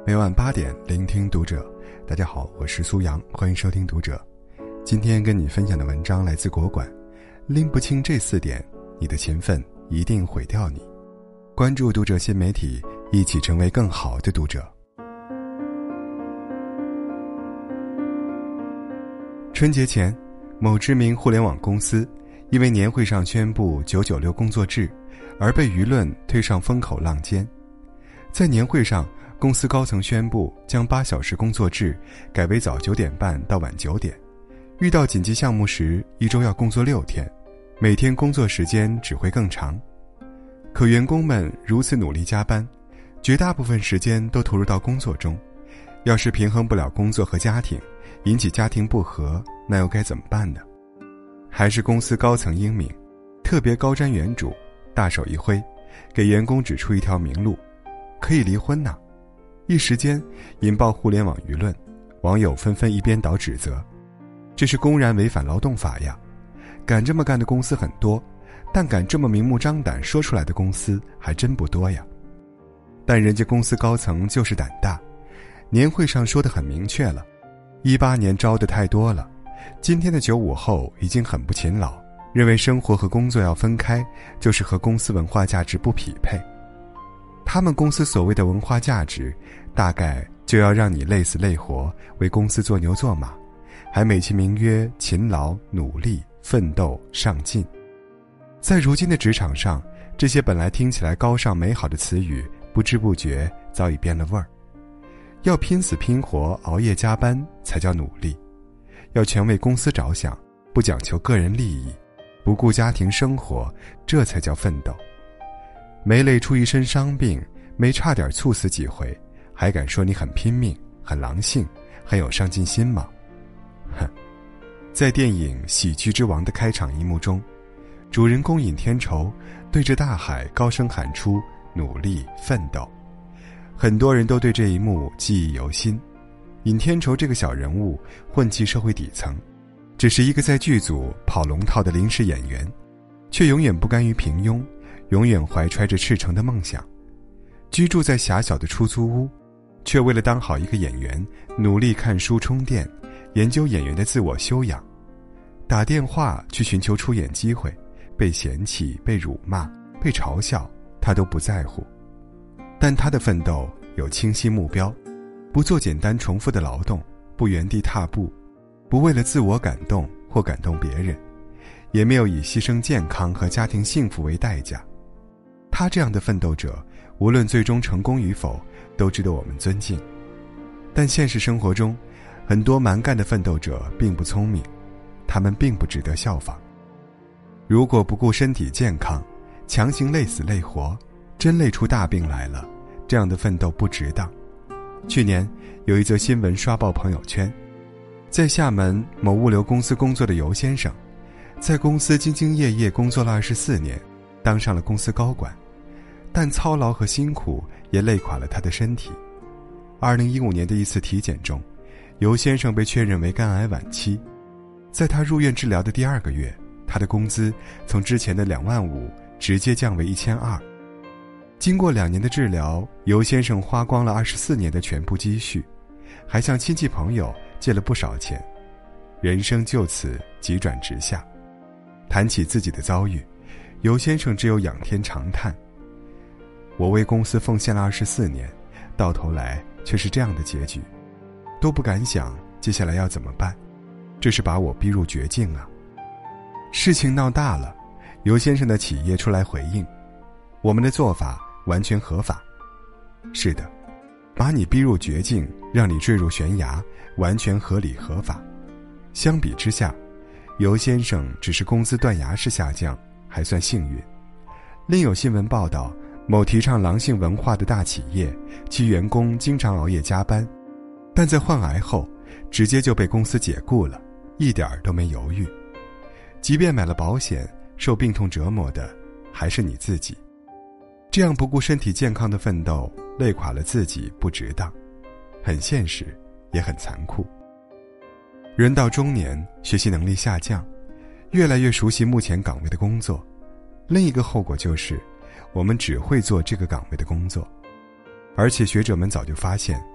每晚8点聆听读者。大家好，我是苏阳，欢迎收听读者。今天跟你分享的文章来自国馆。拎不清这4点，你的勤奋一定毁掉你。关注读者新媒体，一起成为更好的读者。春节前，某知名互联网公司因为年会上宣布996工作制而被舆论推上风口浪尖。在年会上，公司高层宣布将8小时工作制改为早9点半到晚9点，遇到紧急项目时1周要工作6天，每天工作时间只会更长。可员工们如此努力加班，绝大部分时间都投入到工作中，要是平衡不了工作和家庭，引起家庭不和，那又该怎么办呢？还是公司高层英明，特别高瞻远瞩，大手一挥，给员工指出一条明路，可以离婚呐！一时间引爆互联网舆论，网友纷纷一边倒指责，这是公然违反劳动法呀！敢这么干的公司很多，但敢这么明目张胆说出来的公司还真不多呀。但人家公司高层就是胆大，年会上说得很明确了，18年招的太多了，今天的95后已经很不勤劳，认为生活和工作要分开，就是和公司文化价值不匹配。他们公司所谓的文化价值，大概就要让你累死累活，为公司做牛做马，还美其名曰勤劳、努力、奋斗、上进。在如今的职场上，这些本来听起来高尚美好的词语，不知不觉早已变了味儿。要拼死拼活熬夜加班才叫努力，要全为公司着想，不讲求个人利益，不顾家庭生活，这才叫奋斗。没累出一身伤病，没差点猝死几回，还敢说你很拼命、很狼性、很有上进心吗？哼！在电影《喜剧之王》的开场一幕中，主人公尹天仇对着大海高声喊出努力奋斗，很多人都对这一幕记忆犹新。尹天仇这个小人物混迹社会底层，只是一个在剧组跑龙套的临时演员，却永远不甘于平庸，永远怀揣着赤诚的梦想，居住在狭小的出租屋，却为了当好一个演员，努力看书充电，研究演员的自我修养，打电话去寻求出演机会，被嫌弃、被辱骂、被嘲笑，他都不在乎。但他的奋斗有清晰目标，不做简单重复的劳动，不原地踏步，不为了自我感动或感动别人，也没有以牺牲健康和家庭幸福为代价。他这样的奋斗者，无论最终成功与否，都值得我们尊敬。但现实生活中，很多蛮干的奋斗者并不聪明，他们并不值得效仿。如果不顾身体健康，强行累死累活，真累出大病来了，这样的奋斗不值当。去年有一则新闻刷爆朋友圈，在厦门某物流公司工作的尤先生，在公司兢兢业业工作了24年，当上了公司高管，但操劳和辛苦也累垮了他的身体。2015年的一次体检中，尤先生被确认为肝癌晚期。在他入院治疗的第2个月，他的工资从之前的2万5直接降为1200。经过2年的治疗，尤先生花光了24年的全部积蓄，还向亲戚朋友借了不少钱，人生就此急转直下。谈起自己的遭遇，尤先生只有仰天长叹：我为公司奉献了24年，到头来却是这样的结局，都不敢想接下来要怎么办，这是把我逼入绝境啊！事情闹大了，尤先生的企业出来回应：我们的做法完全合法。是的，把你逼入绝境，让你坠入悬崖，完全合理合法。相比之下，尤先生只是工资断崖式下降，还算幸运。另有新闻报道，某提倡狼性文化的大企业，其员工经常熬夜加班，但在患癌后直接就被公司解雇了，一点都没犹豫。即便买了保险，受病痛折磨的还是你自己。这样不顾身体健康的奋斗，累垮了自己不值当，很现实，也很残酷。人到中年，学习能力下降，越来越熟悉目前岗位的工作，另一个后果就是我们只会做这个岗位的工作。而且学者们早就发现，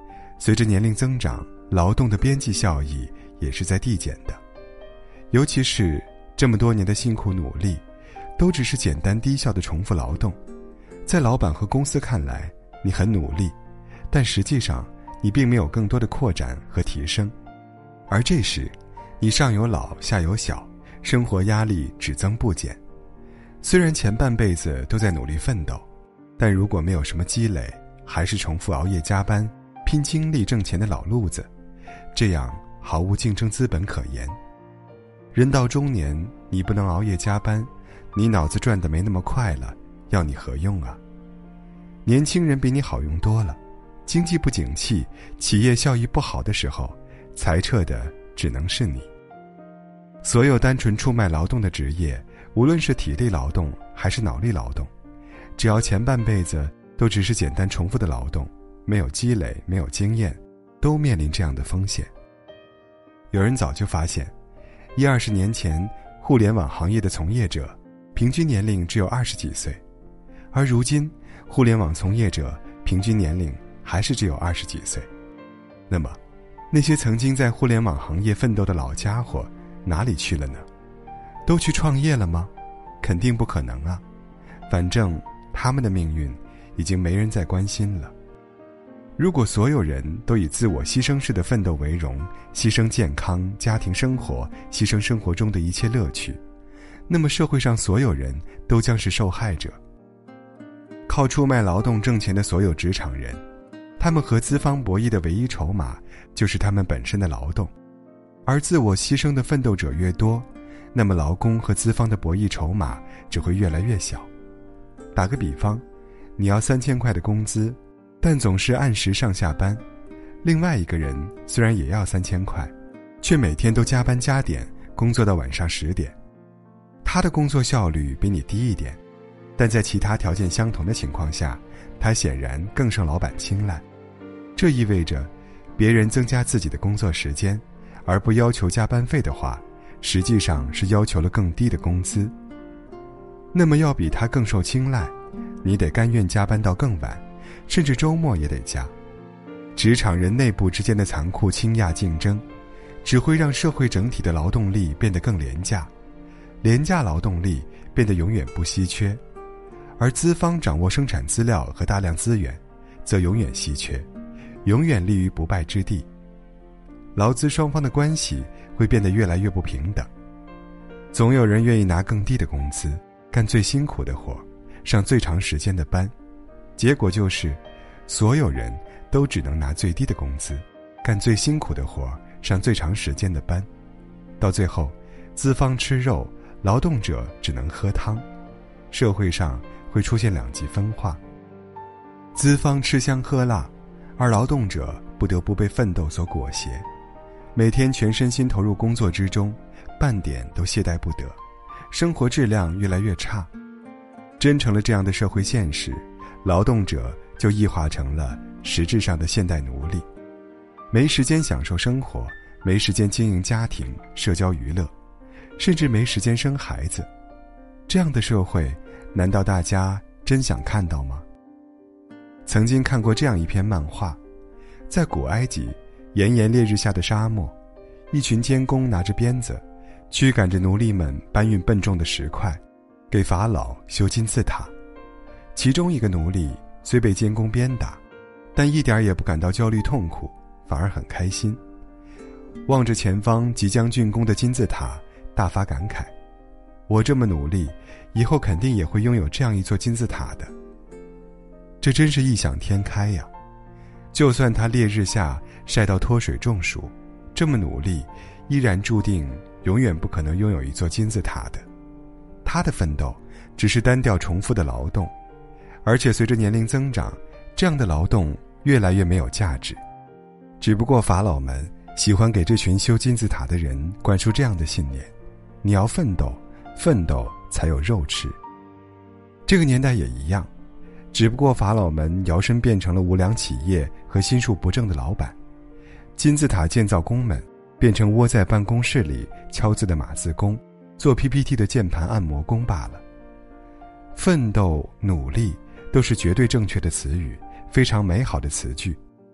随着年龄增长，劳动的边际效益也是在递减的。尤其是这么多年的辛苦努力，都只是简单低效的重复劳动，在老板和公司看来，你很努力，但实际上你并没有更多的扩展和提升。而这时，你上有老下有小，生活压力只增不减。虽然前半辈子都在努力奋斗，但如果没有什么积累，还是重复熬夜加班，拼精力挣钱的老路子，这样毫无竞争资本可言。人到中年，你不能熬夜加班，你脑子转得没那么快了，要你何用啊？年轻人比你好用多了，经济不景气，企业效益不好的时候，裁撤的只能是你。所有单纯出卖劳动的职业，无论是体力劳动还是脑力劳动，只要前半辈子都只是简单重复的劳动，没有积累，没有经验，都面临这样的风险。有人早就发现，20年前互联网行业的从业者平均年龄只有20几岁，而如今互联网从业者平均年龄还是只有20几岁。那么那些曾经在互联网行业奋斗的老家伙哪里去了呢？都去创业了吗？肯定不可能啊，反正他们的命运已经没人再关心了。如果所有人都以自我牺牲式的奋斗为荣，牺牲健康、家庭生活，牺牲生活中的一切乐趣，那么社会上所有人都将是受害者。靠出卖劳动挣钱的所有职场人，他们和资方博弈的唯一筹码就是他们本身的劳动，而自我牺牲的奋斗者越多，那么劳工和资方的博弈筹码只会越来越小。打个比方，你要3000块的工资，但总是按时上下班，另外一个人虽然也要3000块，却每天都加班加点，工作到晚上10点。他的工作效率比你低一点，但在其他条件相同的情况下，他显然更受老板青睐。这意味着，别人增加自己的工作时间，而不要求加班费的话，实际上是要求了更低的工资。那么要比他更受青睐，你得甘愿加班到更晚，甚至周末也得加。职场人内部之间的残酷倾轧竞争，只会让社会整体的劳动力变得更廉价，廉价劳动力变得永远不稀缺，而资方掌握生产资料和大量资源，则永远稀缺，永远立于不败之地。劳资双方的关系会变得越来越不平等，总有人愿意拿更低的工资，干最辛苦的活，上最长时间的班，结果就是所有人都只能拿最低的工资，干最辛苦的活，上最长时间的班，到最后资方吃肉，劳动者只能喝汤，社会上会出现两极分化，资方吃香喝辣，而劳动者不得不被奋斗所裹挟，每天全身心投入工作之中，半点都懈怠不得，生活质量越来越差。真成了这样的社会现实，劳动者就异化成了实质上的现代奴隶，没时间享受生活，没时间经营家庭、社交娱乐，甚至没时间生孩子。这样的社会，难道大家真想看到吗？曾经看过这样一篇漫画，在古埃及炎炎烈日下的沙漠，一群监工拿着鞭子，驱赶着奴隶们搬运笨重的石块，给法老修金字塔。其中一个奴隶虽被监工鞭打，但一点也不感到焦虑痛苦，反而很开心。望着前方即将竣工的金字塔，大发感慨，我这么努力，以后肯定也会拥有这样一座金字塔的。这真是异想天开呀！就算他烈日下晒到脱水中暑，这么努力，依然注定永远不可能拥有一座金字塔的。他的奋斗只是单调重复的劳动，而且随着年龄增长，这样的劳动越来越没有价值。只不过法老们喜欢给这群修金字塔的人灌输这样的信念：你要奋斗，奋斗才有肉吃。这个年代也一样，只不过法老们摇身变成了无良企业和心术不正的老板，金字塔建造工们变成窝在办公室里敲字的码字工，做 PPT 的键盘按摩工罢了。奋斗、努力都是绝对正确的词语，非常美好的词句，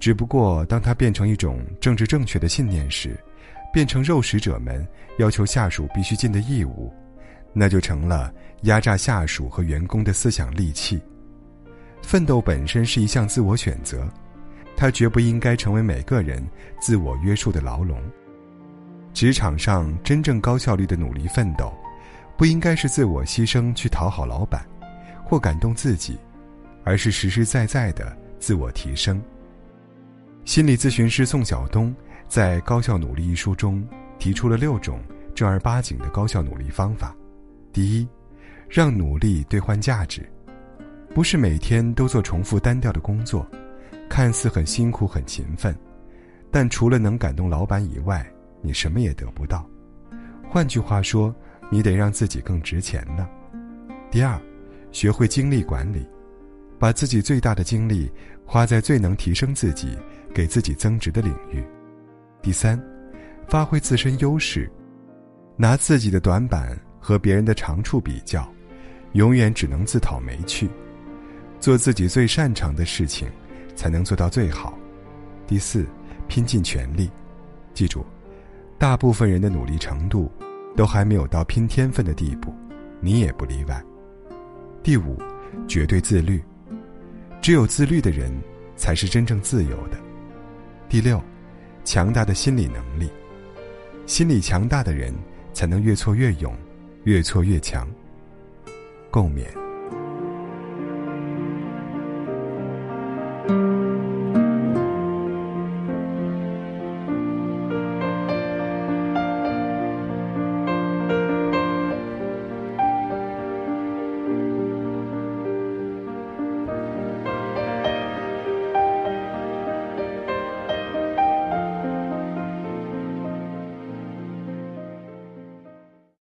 只不过当它变成一种政治正确的信念时，变成肉食者们要求下属必须尽的义务，那就成了压榨下属和员工的思想利器。奋斗本身是一项自我选择，它绝不应该成为每个人自我约束的牢笼。职场上真正高效率的努力奋斗，不应该是自我牺牲去讨好老板或感动自己，而是实实在在的自我提升。心理咨询师宋晓东在《高效努力》一书中提出了6种正儿八经的高效努力方法。第一，让努力兑换价值。不是每天都做重复单调的工作，看似很辛苦很勤奋，但除了能感动老板以外，你什么也得不到。换句话说，你得让自己更值钱呢。第二，学会精力管理，把自己最大的精力花在最能提升自己、给自己增值的领域。第三，发挥自身优势，拿自己的短板和别人的长处比较，永远只能自讨没趣。做自己最擅长的事情，才能做到最好。第四，拼尽全力。记住，大部分人的努力程度都还没有到拼天分的地步，你也不例外。第五，绝对自律。只有自律的人才是真正自由的。第六，强大的心理能力。心理强大的人才能越挫越勇，越挫越强。共勉。